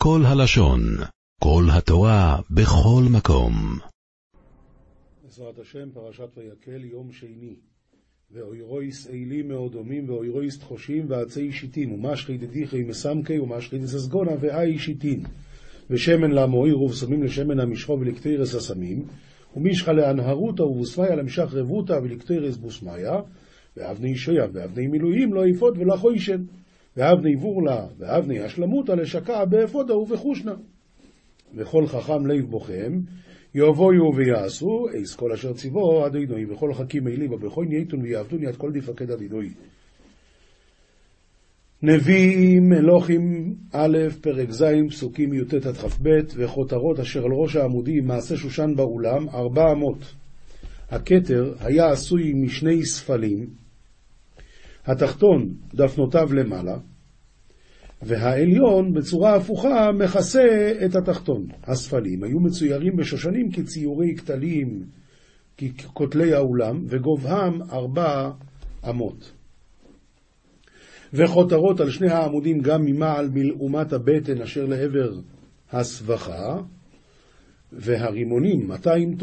כל הלשון, כל התורה, בכל מקום. בעזרת השם, פרשת ויקל, יום שני. ואוירויס אילי מאודומים, ואוירויס תחושים, ועצי שיטין, ומשחי דדיחי מסמקי, ומשחי דססגונה, ואי שיטין. ושמן למויר, ובשמים לשמן המשחו, ולקטרס הסמים, ומשחה להנהרותה, ובוסמיה למשך רבותה, ולקטרס בוסמיה, ואבני שויה, ואבני מילואים לא יפות ולא חוישן, ואבני וורלה, ואבני השלמותה, לשקע באפודה ובחושנה. וכל חכם לב בוכם, יבואו ויעשו, איס כל אשר ציבו אדינוי, וכל חכים אליבה בכל נייתון ויעבדון יד כל דפקד אדינוי. נביאים אלוהים א' פרק ז' פסוקים י"ט עד כ"ב, וכותרות אשר על ראש העמודים מעשה שושן באולם 400. הכתר היה עשוי משני ספלים, התחתון דפנותיו למעלה, והעליון בצורה הפוכה מכסה את התחתון. הספלים היו מצוירים בשושנים כציורי כתלים, ככותלי האולם, וגובהם 4 אמות. וכותרות על שני העמודים גם ממעל מלאומת הבטן אשר לעבר הסבכה, והרימונים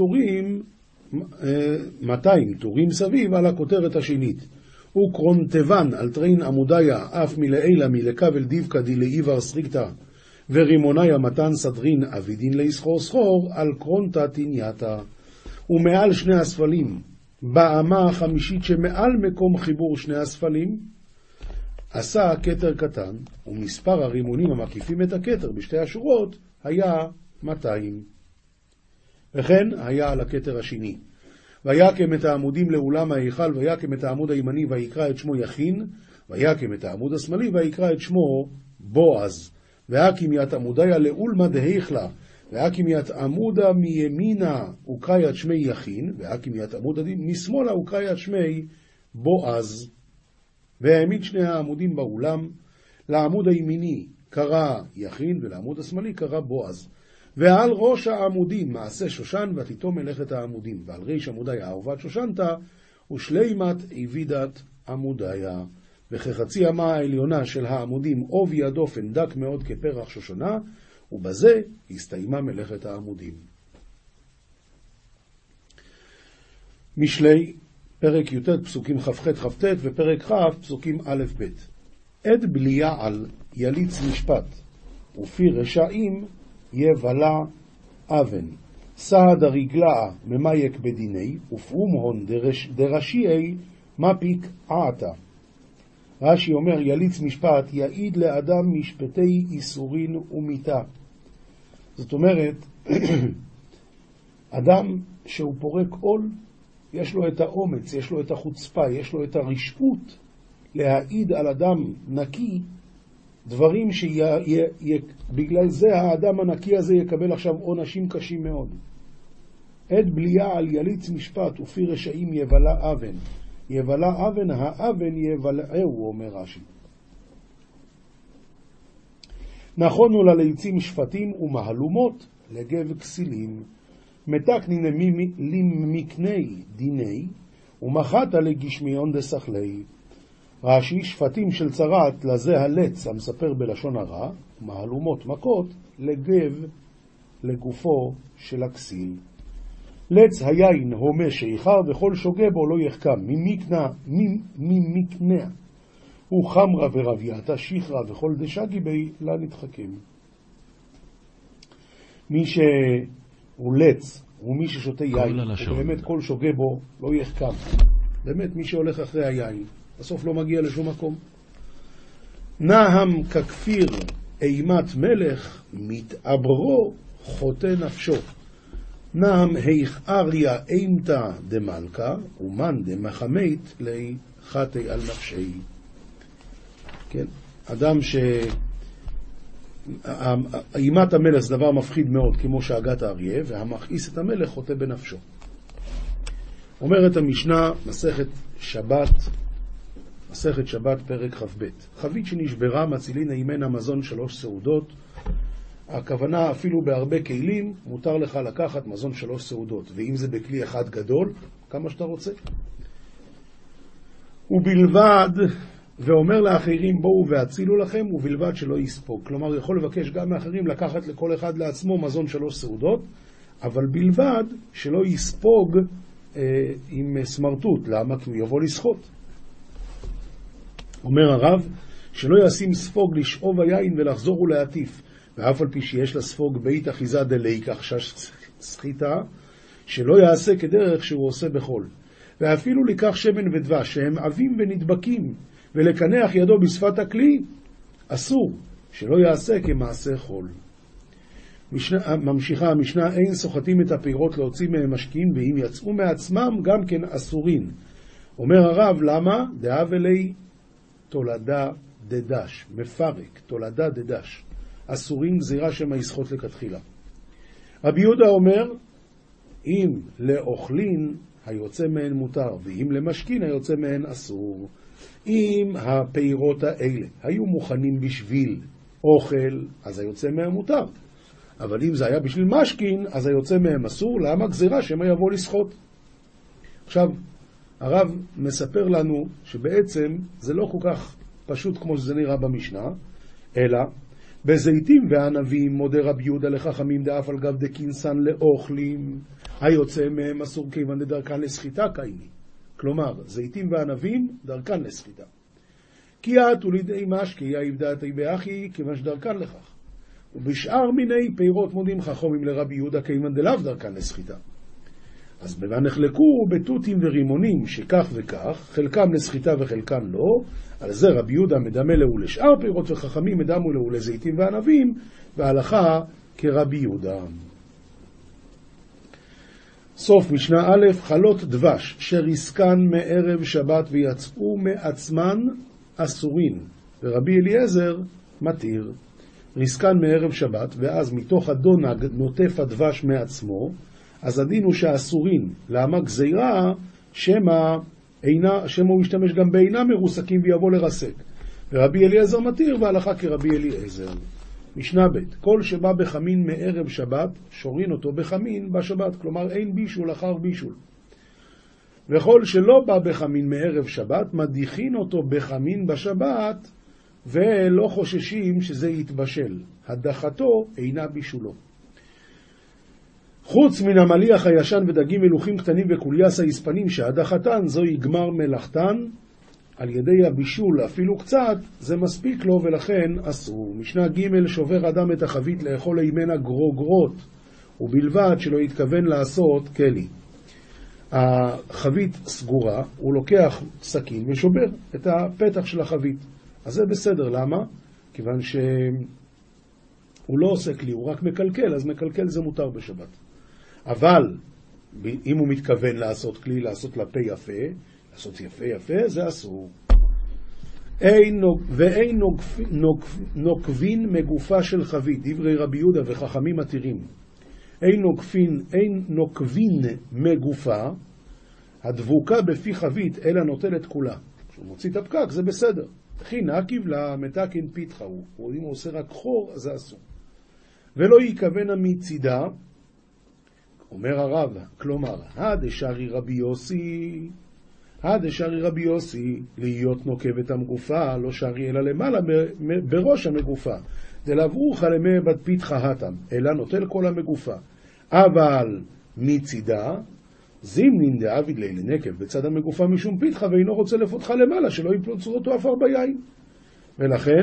200 תורים סביב על הכותרת השנית. וקרונטבן על טרין עמודיה אף מלעילה מלכבל דיבקה דילאיבר סריקתא, ורימוניה מתן סדרין אבידין ליסחור סחור על קרונטה תנייתה. ומעל שני הספלים באמה החמישית שמעל מקום חיבור שני הספלים עשה כתר קטן, ומספר הרימונים המקיפים את הכתר בשתי השורות היה 200. וכן היה על הכתר השני. ויקם את העמודים לאולם ההיכל, ויקם את העמוד הימני ויקרא את שמו יכין, ויקם את העמוד השמאלי ויקרא את שמו בועז. והקים ית עמודיה לאולמה דהיכלה, והקים ית עמודה מימינה וקרא את שמי יכין, והקים ית עמודה משמאלה וקרא את שמי בועז. והעמיד שני העמודים באולם, לעמוד הימיני קרא יכין, ולעמוד השמאלי קרא בועז. ועל ראש העמודים מעשה שושן, ותיתו מלאכת העמודים, ועל ריש עמודיה אהובת שושנתה, ושלימת עבידת עמודיה. וכחצי אמה העליונה של העמודים עובי הדופן דק מאוד כפרח שושנה, ובזה הסתיימה מלאכת העמודים. משלי, פרק י"ט פסוקים כ"ח כ"ט, ופרק כ' פסוקים א' ב'. עד בליעל יליץ משפט, ופי רשעים יבלה אבן. סעד הרגלה ממייק בדיני, ופרום הון דרשיעי מפיק עתה. רש"י אומר, יליץ משפט יעיד לאדם משפטי איסורין ומיתה. זאת אומרת, אדם שהוא פורק עול, יש לו את האומץ, יש לו את החוצפה, יש לו את הרשעות להעיד על אדם נקי דברים שבגלל זה האדם הנקי הזה יקבל עכשיו עונשים קשים מאוד. עד בליעל יליץ משפט, ופי רשעים יבלה אבן. יבלה אבן, האבן יבלעהו, אומר רש"י. נכונו לליצים שפטים ומהלומות לגב כסילים. מתקנין למקני דיני, ומחת לגשמיון דסחלי. רש"י, שפטים של צרת לזה הלץ המספר בלשון הרע, מהלומות מכות לגופו של הכסיל. לץ היין הומה שיחר, וכל שוגה בו לא יחכם. ממקנה הוא חמרה ורבייתה שיחרה, וכל דשגי בי לה נתחכם. מי שהוא לץ ומי ששותה יין, ובאמת כל שוגה בו לא יחכם. באמת מי שהולך אחרי היין בסוף לא מגיע לשום מקום. נהם ככפיר אימת מלך, מתעברו חוטא נפשו. נהם היכאריה אימתה דמלכה, ומן דמחמית לי חטא על נפשי. כן, אדם אימת המלך זה דבר מפחיד מאוד, כמו שאגת האריה, והמכעיס את המלך חוטא בנפשו. אומרת המשנה, מסכת שבת פרק כ"ב. חבית שנשברה מצילין ממנה מזון 3 סעודות. הכוונה אפילו בהרבה כלים מותר לך לקחת מזון 3 סעודות, ואם זה בכלי אחד גדול, כמה שאתה רוצה. ובלבד ואומר לאחרים בואו והצילו לכם, ובלבד שלא יספוג. כלומר, יכול לבקש גם מאחרים לקחת לכל אחד לעצמו מזון 3 סעודות, אבל בלבד שלא יספוג עם סמרטוט. למה? כי הוא יבוא לשחות. אומר הרב, שלא ישים ספוג לשאוב היין ולחזור ולהטיף, ואף על פי שיש לספוג בית אחיזה דלי, כך שסחיטה, שלא יעשה כדרך שהוא עושה בחול. ואפילו לקח שמן ודבש, שהם עבים ונדבקים, ולקנח ידו בשפת הכלי, אסור, שלא יעשה כמעשה חול. ממשיכה המשנה, אין סוחטים את הפירות להוציא מהם משקיעים, ואם יצאו מעצמם גם כן אסורין. אומר הרב, למה? דאב אלי תולדה דדש, מפרק, תולדה דדש. אסורין גזירה שמה יסחוט לכתחילה. רבי יהודה אומר, אם לאוכלין היוצא מהן מותר, ואם למשכין היוצא מהן אסור. אם הפירות האלה היו מוכנים בשביל אוכל, אז היוצא מהם מותר. אבל אם זה היה בשביל משכין, אז היוצא מהם אסור. למה? גזירה שמה יבוא לשחוט. עכשיו, הרב מספר לנו שבעצם זה לא כל כך פשוט כמו שזה נראה במשנה, אלא בזיתים וענבים מודה רבי יהודה לחכמים דאף על גב דקינסן לאוכלים, היוצא מהם אסור כיוון דדרכן לסחיטה קייני. כלומר, זיתים וענבים דרכן לסחיטה. כי עתו לידי משקי יבדעתי באחי כיוון שדרכן לכך. ובשאר מיני פירות מודים חכמים לרבי יהודה כיוון דלאו דרכן לסחיטה. אז במה נחלקו בתותים ורימונים שכך וכך, חלקם לסחיטה וחלקם לא, על זה רבי יהודה מדמה לו לשאר פירות וחכמים מדמו לו לזיתים וענבים, והלכה כרבי יהודה. סוף משנה א', חלות דבש שריסקן מערב שבת ויצאו מעצמן אסורין, ורבי אליעזר מתיר. ריסקן מערב שבת, ואז מתוך הדונג נוטף הדבש מעצמו, אז הדין הוא שהאסורין, למה גזירה שמה הוא ישתמש גם בעינה מרוסקים ויבוא לרסק. ורבי אליעזר מתיר, והלכה כרבי אליעזר. משנה ב', כל שבא בחמין מערב שבת, שורין אותו בחמין בשבת, כלומר אין בישול אחר בישול. וכל שלא בא בחמין מערב שבת, מדיחין אותו בחמין בשבת, ולא חוששים שזה יתבשל. הדחתו אינה בישולו. חוץ מן המליח הישן ודגים מלוכים קטנים וקוליאס היספנים שהדחתן זו יגמר מלאכתן, על ידי הבישול אפילו קצת, זה מספיק לו ולכן אסור. משנה ג' שובר אדם את החבית לאכול אימנה גרוגרות, ובלבד שלא יתכוון לעשות כלי. החבית סגורה, הוא לוקח סכין ושובר את הפתח של החבית. אז זה בסדר, למה? כיוון שהוא לא עושה כלי, הוא רק מקלקל, אז מקלקל זה מותר בשבת. אבל אם הוא מתכוון לעשות כלי, לעשות לפה יפה, לעשות יפה, זה אסור. ואין נוקבין מגופה של חבית, דברי רבי יהודה וחכמים מתירים. אין נוקבין מגופה, הדבוקה בפי חבית, אלא נוטלת כולה. כשהוא מוציא את הפקק, זה בסדר. וכי נקיב לה מתקן פיתחה הוא, אם הוא עושה רק חור, אז זה אסור. ולא ייכוון מצידה, אומר הרב, כלומר, הדשארי רבי יוסי, להיות נוקב את המגופה, לא שרי אלא למעלה בראש המגופה. דלברוך למי בת פיתחה התם, אלא נוטל כל המגופה. אבל מצידה, זימנין דאביד לילה נקב בצד המגופה משום פיתחה, ואינו רוצה לפותחה למעלה, שלא יפלוצו אותו אפר ביין. ולכן,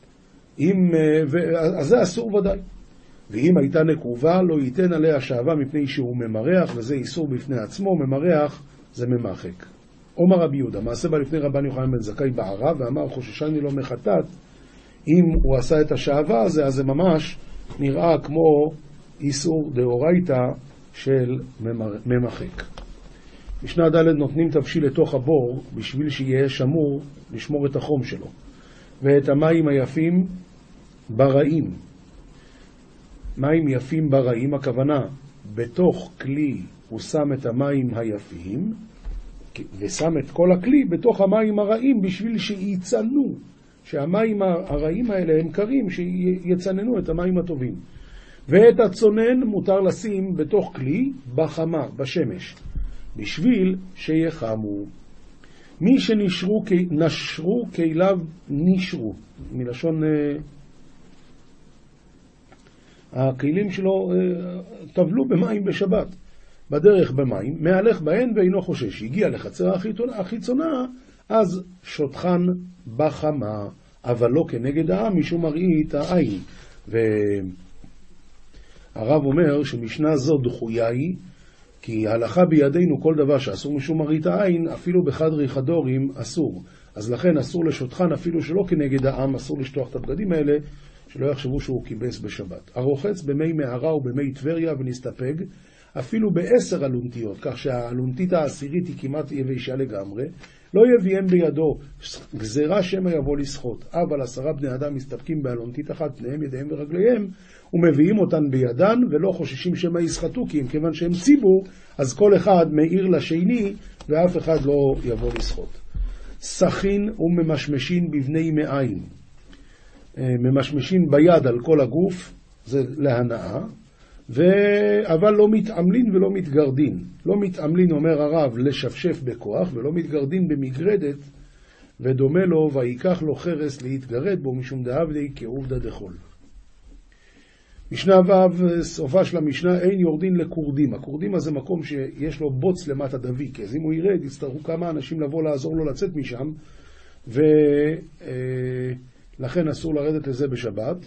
אז זה אסור ודאי. ואם הייתה נקובה, לא ייתן עליה שעבה מפני שהוא ממרח, וזה איסור בפני עצמו, ממרח זה ממחק. אומר רבי יהודה, מעשה בא לפני רבן יוחנן בן זכאי בערה, ואמר חוששני לו מחטאת, אם הוא עשה את השעבה הזה, אז זה ממש נראה כמו איסור דאורייתא של ממחק. משנה ד' נותנים תבשיל לתוך הבור, בשביל שיהיה שמור לשמור את החום שלו. ואת המים היפים ברעים. מים יפים ברעים, הכוונה, בתוך כלי הוא שם את המים היפים, ושם את כל הכלי בתוך המים הרעים, בשביל שיצנו, שהמים הרעים האלה הם קרים, שיצננו את המים הטובים. ואת הצונן מותר לשים בתוך כלי בחמה, בשמש, בשביל שיחמו. מי שנשרו כליו נשרו, מלשון הכלים שלו טבלו במים בשבת, בדרך במים, מהלך בהן ואינו חושש. הגיע לחצר החיצונה, אז שוטחן בחמה, אבל לא כנגד העם, משום מראית העין. והרב אומר שמשנה זו דחויה היא, כי ההלכה בידינו כל דבר שאסור משום מראית העין, אפילו בחדרי חדורים אסור. אז לכן אסור לשוטחן, אפילו שלא כנגד העם, אסור לשטוח את הבגדים האלה, שלא יחשבו שהוא קיבס בשבת. הרוחץ במי מערה ובמי טבריה ונסתפג, אפילו ב10 אלונטיות, כך שהאלונטית העשירית היא כמעט יבשה לגמרי, לא יביאם בידו, גזירה שמא יבוא לשחות. אבל 10 בני אדם מסתפקים באלונטית אחת, פניהם, ידיהם ורגליהם, ומביאים אותן בידן, ולא חוששים שמא ישחטו, כי אם כיוון שהם ציבור, אז כל אחד מאיר לשני, ואף אחד לא יבוא לשחות. סכין וממשמשין בבני מעיים. ממשמשין ביד על כל הגוף, זה להנאה, אבל לא מתעמלין ולא מתגרדין. לא מתעמלין, אומר הרב, לשפשף בכוח, ולא מתגרדין במגרדת, ודומה לו, ויקח לו חרס להתגרד בו, משום דאבדי כעובדא דחול. משנה ו', סופה של המשנה, אין יורדין לקורדים. הקורדים זה מקום שיש לו בוץ למטה דביק, אז אם הוא ירד, יצטרכו כמה אנשים לבוא לעזור לו לצאת משם, ולכן אסור לרדת לזה בשבת.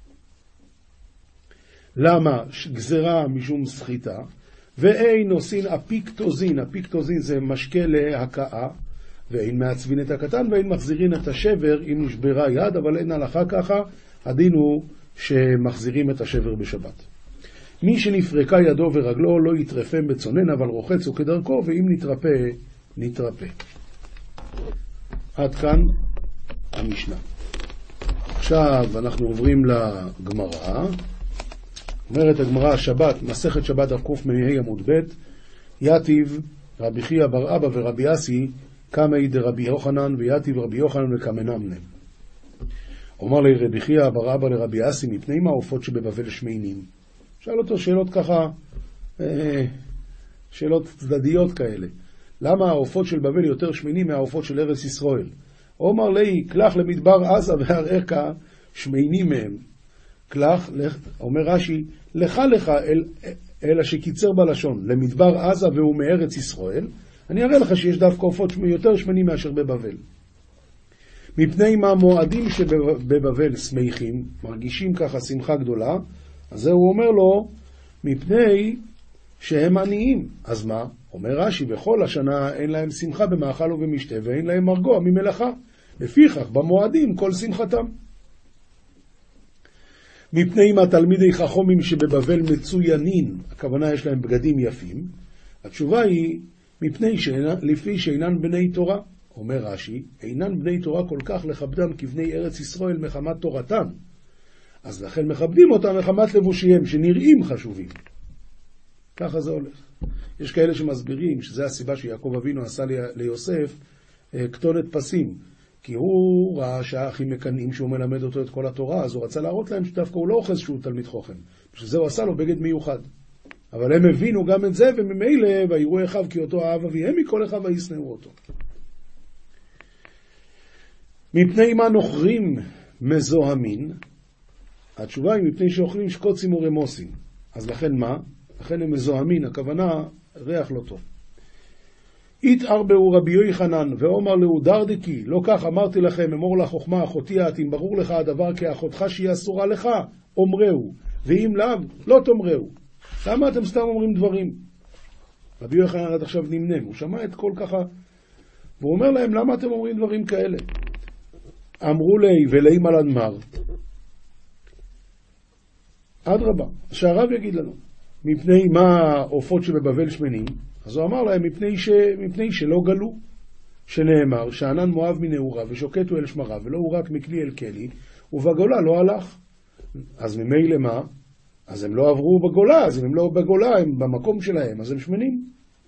למה? גזרה משום סחיטה. ואין עושין אפיקטוזין. אפיקטוזין זה משקה להקאה, ואין מעצבין את הקטן, ואין מחזירין את השבר אם נשברה יד, אבל אין הלכה ככה, הדין הוא שמחזירים את השבר בשבת. מי שנפרקה ידו ורגלו לא יטרפם בצונן, אבל רוחץ הוא כדרכו, ואם נתרפא, נתרפא. עד כאן המשנה. עכשיו אנחנו עוברים לגמרא. אומרת הגמרא, שבת, מסכת שבת דף קמ"ה עמוד ב', יתיב רבי חייא בר אבא ורבי אסי קמי דרבי יוחנן, ויתיב רבי יוחנן וקמנמנה. אומר לי רבי חייא בר אבא לרבי אסי, מפני מה העופות שבבבל שמיינים? שאל אותו שאלות ככה, שאלות צדדיות כאלה. למה העופות של בבל יותר שמיינים מהעופות של ארץ ישראל? אומר לי, כלך למדבר עזה והראך שמיינים מהם. כלך, אומר רש"י, לך אלא שקיצר בלשון, למדבר עזה והוא מארץ ישראל, אני אראה לך שיש דווקא עופות יותר שמנים מאשר בבבל. מפני מה מועדים שבבבל שמחים, מרגישים ככה שמחה גדולה, אז זה הוא אומר לו, מפני שהם עניים. אז מה? אומר רש"י, בכל השנה אין להם שמחה במאכל ובמשתה, ואין להם מרגוע ממלאכה. לפיכך, במועדים כל שמחתם. מפני מה תלמידי חכמים שבבבל מצוינין, הכוונה יש להם בגדים יפים, התשובה היא, מפני לפי שאינן בני תורה. אומר רש"י, אינן בני תורה כל כך לכבדם כבני ארץ ישראל מחמת תורתם, אז לכן מכבדים אותם מחמת לבושיהם, שנראים חשובים. ככה זה הולך. יש כאלה שמסבירים שזה הסיבה שיעקב אבינו עשה ליוסף כתונת פסים, כי הוא ראה שהאחים מקנאים שהוא מלמד אותו את כל התורה, אז הוא רצה להראות להם שדווקא הוא לא אוחז שהוא תלמיד חוכם. בשביל זה הוא עשה לו בגד מיוחד. אבל הם הבינו גם את זה, וממילא ויראו אחיו כי אותו אהב אביהם מכל אחיו וישנאו אותו. מפני מה נוכרים מזוהמין? התשובה היא מפני שאוכלים שקוצים ורמוסים. אז לכן מה? לכן הם מזוהמין, הכוונה ריח לא טוב. התערבהו רבי יוחנן ואומר לו דרדקי, לא כך אמרתי לכם, אמור לחוכמה אחותי את, אם ברור לך הדבר כאחותך שהיא אסורה לך, אומרהו, ואם לאו, לא תאמרהו. למה אתם סתם אומרים דברים? רבי יוחנן עד עכשיו נמנם, הוא שמע את כל ככה, והוא אומר להם, למה אתם אומרים דברים כאלה? אמרו לי ולי מלנמר, עד רבה, שהרב יגיד לנו, מפני מה עופות שבבבל שמנים? אז הוא אמר להם, מפני שלא גלו, שנאמר, שענן מואב מנעורה ושוקטו אל שמרה, ולא הוא רק מכלי אל כלי, ובגולה לא הלך. אז ממילא מה? אז הם לא עברו בגולה, אז אם הם לא בגולה, הם במקום שלהם, אז הם שמנים.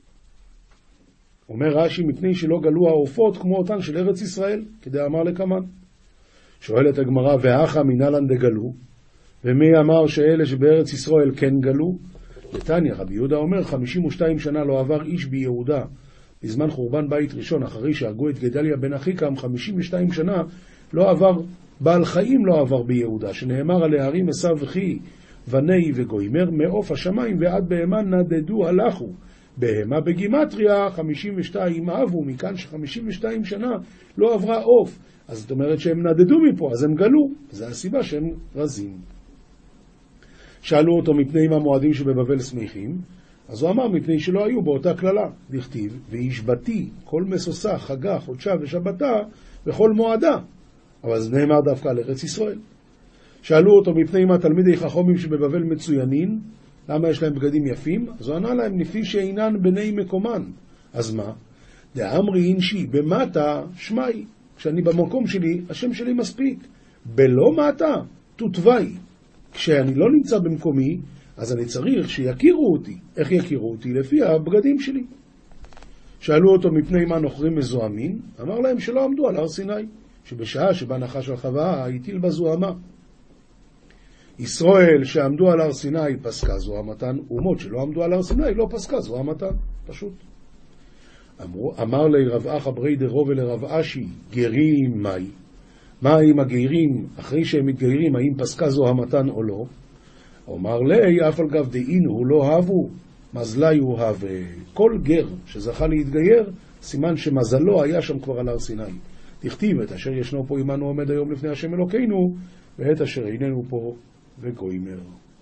אומר רש"י, מפני שלא גלו העופות כמו אותן של ארץ ישראל, כדי אמר לקמן. שואלת הגמרא, והאחה מנהלן דגלו, ומי אמר שאלה שבארץ ישראל כן גלו? נתניה, רבי יהודה אומר, 52 שנה לא עבר איש ביהודה בזמן חורבן בית ראשון, אחרי שהרגו את גדליה בן אחיקם, 52 שנה לא עבר, בעל חיים לא עבר ביהודה, שנאמר על ההרים עשיו וכי בני וגוימר, מעוף השמיים ועד בהמה נדדו הלכו. בהמה בגימטריה 52 אהבו, מכאן ש52 שנה לא עברה עוף. אז זאת אומרת שהם נדדו מפה, אז הם גלו. זו הסיבה שהם רזים. שאלו אותו מפני מה מועדים שבבבל שמחים, אז הוא אמר מפני שלא היו באותה כללה. דכתיב, וישבתי כל מסוסה, חגה, חודשה ושבתה וכל מועדה. אבל זה נאמר דווקא על ארץ ישראל. שאלו אותו מפני מה תלמידי חכמים שבבבל מצוינין, למה יש להם בגדים יפים? אז הוא ענה להם לפי שאינן בני מקומן. אז מה? דאמרי אינשי, במטה שמי. כשאני במקום שלי, השם שלי מספיק. בלא מטה, תותווי. כשאני לא נמצא במקומי, אז אני צריך שיכירו אותי. איך יכירו אותי? לפי הבגדים שלי. שאלו אותו מפני מה נוחרים מזוהמים, אמר להם שלא עמדו על הר סיני, שבשעה שבה נחש על חווה, הטיל בזוהמה. ישראל שעמדו על הר סיני פסקה זוהמתן, אומות שלא עמדו על הר סיני לא פסקה זוהמתן, פשוט. אמר לי רב אחא ברי דרוב ולרב אשי, גרים מאי? מה עם הגרים, אחרי שהם מתגיירים, האם פסקה זוהמתן או לא? אומר לי, אף על גב דאין הוא לא אהבו, מזלי הוא אהב. כל גר שזכה להתגייר, סימן שמזלו היה שם כבר על הר סיני. תכתיב את אשר ישנו פה עמנו עומד היום לפני השם אלוקינו, ואת אשר איננו פה וגוימר.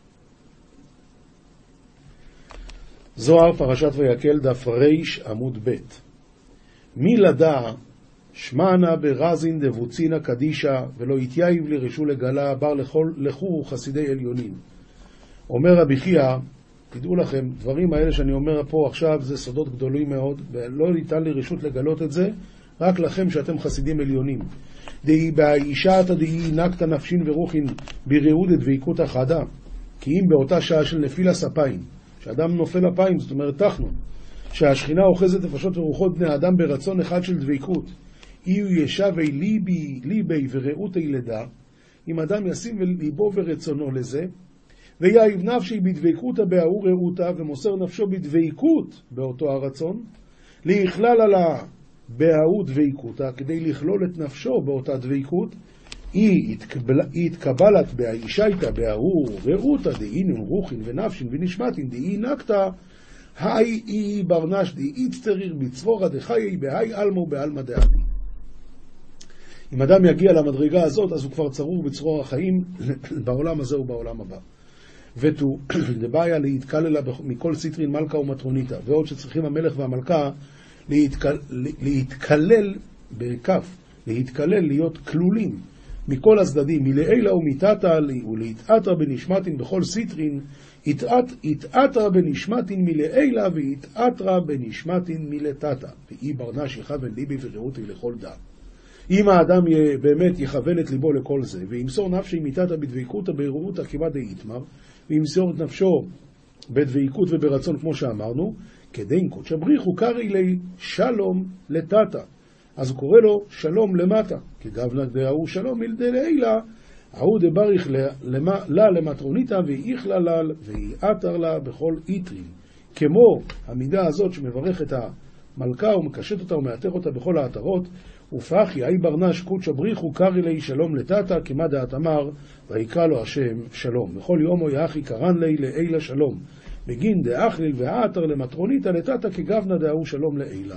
זוהר פרשת ויקל דף ריש עמוד ב' מי לדע שמענה ברזין דבוצינה קדישה ולא יתייב לרשו לגלה בר לכו חסידי עליונים. אומר רבי חייא, תדעו לכם, דברים האלה שאני אומר פה עכשיו זה סודות גדולים מאוד, ולא ניתן לי רשות לגלות את זה, רק לכם שאתם חסידים עליונים. דהי באישה דהי נקת נפשין ורוחין ברעות דביקות החדה, כי אם באותה שעה של נפיל הספיים, שאדם נופל אפיים, זאת אומרת תחנו, שהשכינה אוחזת נפשות ורוחות בני האדם ברצון אחד של דביקות, אי ישבי ליבי ורעותי לדע, אם אדם ישים ליבו ורצונו לזה, ויעיב נפשי בדביקותא בהוא רעותה, ומוסר נפשו בדביקות באותו הרצון, להיכלל עלה בהוא דביקותא, כדי לכלול את נפשו באותה דביקות, היא התקבלת באישייתא בהוא רעותה, דאינן רוחין ונפשין ונשמתין, דאי נקתא, היי אי ברנש דאי יצטריר בצרורא דחיי בהי אלמו בעלמא דעתי. אם אדם יגיע למדרגה הזאת, אז הוא כבר צרור בצרור החיים בעולם הזה ובעולם הבא. ותו, דבעיה להתקללה מכל סיטרין מלכה ומטרוניתא, ועוד שצריכים המלך והמלכה להתקלל בכף, להתקלל, להיות כלולים מכל הצדדים, מלעילה ומתתא ולהתעתרא בנשמתין בכל סיטרין, התעתרא בנשמתין מלעילה והתעתרא בנשמתין מלתתא, ואי ברנש יכוון ליבי ורעותי לכל דעת. אם האדם באמת יכוון את ליבו לכל זה, וימסור נפשי מתתא בדביקותא ברעותא כמא דאיתמר, וימסור את נפשו בדביקות וברצון כמו שאמרנו, כדין קודשא בריחו קרעי לי שלום לתתא, אז הוא קורא לו שלום למטה, כגוונא דהוא שלום מלדעילה, ההוא דבריך לה למטרוניתא ואיכלה לה ויעתר לה בכל איטרין, כמו המידה הזאת שמברך את המלכה ומקשט אותה ומאתר אותה בכל העתרות, ופחי אי ברנש קודשא בריחו קרעי לי שלום לתתא כמא דעת אמר ויקרא לו השם שלום, וכל יומו יחי קרן לי לעילה שלום, בגין דאכליל ועתר למטרוניתא לתתא כגוונא דהוא שלום לעילה.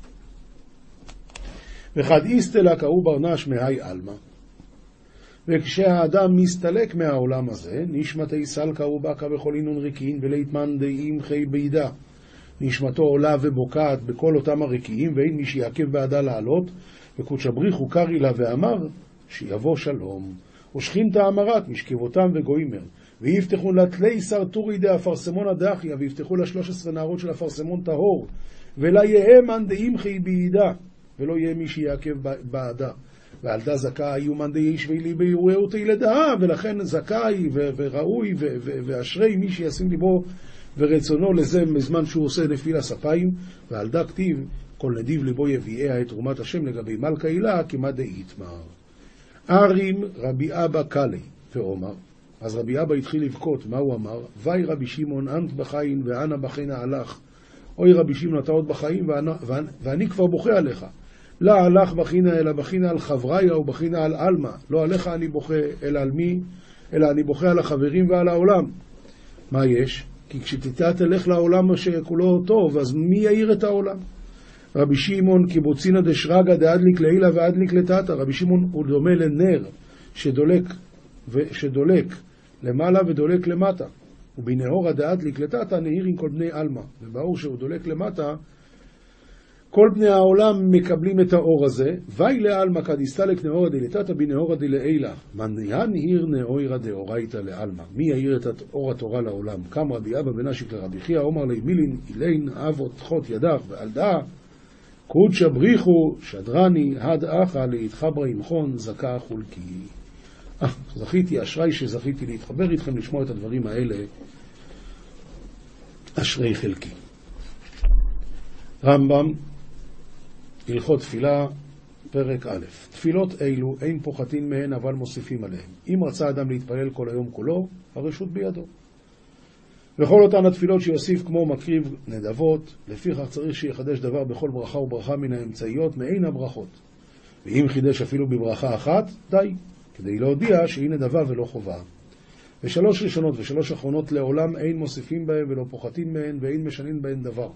וחד איסטלה קראו ברנש מהי אלמה. וכשהאדם מסתלק מהעולם הזה, נשמתי סלקה ובקה בכל אינון ריקין וליתמן דאים חי בידה. נשמתו עולה ובוקעת בכל אותם הרקיעים, ואין מי שיעכב בעדה לעלות, וקודשא בריחו קרעי לה ואמר שיבוא שלום. ושכינתא אמרת משכבותם וגוימר, ויפתחו לה תלי סרטורי דאפרסמון הדחיה, ויפתחו לה 13 נערות של אפרסמון טהור, ולה יהא מן דאים חי בידה, ולא יהיה מי שיעכב בעדה. ועלדה זכאי יומן דיישבי ליבי ורעותי לדעה, ולכן זכאי וראוי ואשרי מי שישים ליבו ורצונו לזה מזמן שהוא עושה נפיל הספיים. ועלדה כתיב כל נדיב ליבו יביאיה את תרומת השם לגבי מלכה הילה כמא דאיתמר. ארים רבי אבא קלי ואומר, אז רבי אבא התחיל לבכות. מה הוא אמר? וי רבי שמעון אנט בחיין ואנה בחינה הלך, אוי רבי שמעון, אתה עוד בחיים ואני כבר בוכה עליך. לא הלך בחינה אלא בחינה על חבריה ובחינה על אלמה. לא עליך אני בוכה אלא על מי? אלא אני בוכה על החברים ועל העולם. מה יש? כי כשתיתה תלך לעולם שכולו טוב, אז מי יאיר את העולם? רבי שמעון קיבוצינא דשרגא דאדליק לעילה ואדליק לטאטא. רבי שמעון הוא דומה לנר שדולק למעלה ודולק למטה. ובנאורא דאדליק לטאטא נאיר עם כל בני אלמה. ובאור שהוא דולק למטה, כל בני העולם מקבלים את האור הזה. ואי לאלמה כדיסטלק נאורא דלטאטא בנאורא דלעילה. מניין עיר נאורא דאורייתא לאלמה. מי יאיר את אור התורה לעולם? קם רבי אבא בן אשיק לרבי חייא, אומר לי מילין אילין אבות חוט ידך ועל דאה קודשא בריחו שדרני הד אחא להתחברה עמכון זכה חולקי. זכיתי, אשרי שזכיתי להתחבר איתכם, לשמוע את הדברים האלה, אשרי חלקי. רמב"ם, הלכות תפילה, פרק א'. תפילות אלו אין פוחתין מהן אבל מוסיפים עליהן. אם רצה אדם להתפלל כל היום כולו, הרשות בידו. וכל אותן התפילות שיוסיף כמו מקריב נדבות, לפיכך צריך שיחדש דבר בכל ברכה וברכה מן האמצעיות מעין הברכות. ואם חידש אפילו בברכה אחת, די, כדי להודיע שהיא נדבה ולא חובה. ושלוש ראשונות ושלוש אחרונות לעולם אין מוסיפים בהן ולא פוחתים מהן ואין משנים בהן דבר.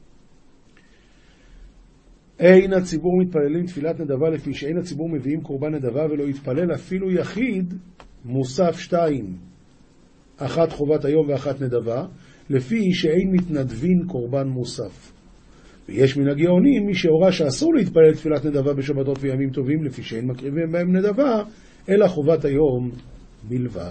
אין הציבור מתפללים תפילת נדבה לפי שאין הציבור מביאים קורבן נדבה ולא יתפלל אפילו יחיד מוסף 2. אחת חובת היום ואחת נדבה, לפי שאין מתנדבין קורבן מוסף. ויש מן הגאונים מי שהורה שאסור להתפלל תפילת נדבה בשבתות וימים טובים, לפי שאין מקריבים בהם נדבה, אלא חובת היום בלבד.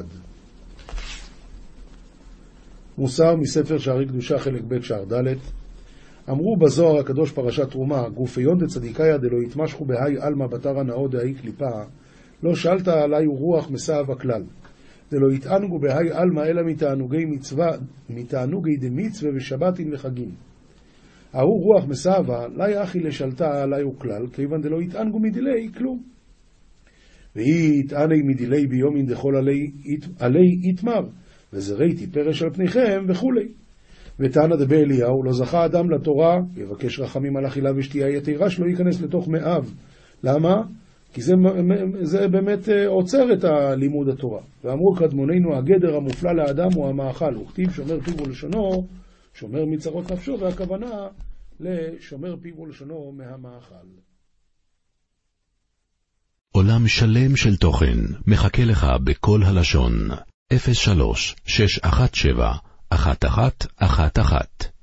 מוסר מספר שערי קדושה חלק ב' שער ד'. אמרו בזוהר הקדוש פרשת תרומה, גופיון דצדיקאיה דלא יתמשכו בהי אלמה בתרא נאו דהי קליפה, לא שאלת עלי רוח מסעב הכלל. דלא יתענגו בהי אלמה אלא מתענוגי דמצווה ושבתים וחגים. ההוא רוח מסעבה, לא יחי לשלטה עלי וכלל, כיוון דלא יתענגו מדילי כלום. והיא יתעני מדילי ביומין דכל עלי יתמר, וזרעתי פרש על פניכם וכו'. ותענא דבי אליהו, לא זכה אדם לתורה, יבקש רחמים על אכילה ושתייה יתירה שלא ייכנס לתוך מאב. למה? כי זה באמת עוצר את הלימוד התורה. ואמרו קדמוננו, הגדר המופלא לאדם הוא המאכל, וכתיב שומר פיו ולשונו, שומר מצרות נפשו, והכוונה לשומר פיו ולשונו מהמאכל. עולם שלם של תוכן מחכה לך בכל הלשון. 03-617-1111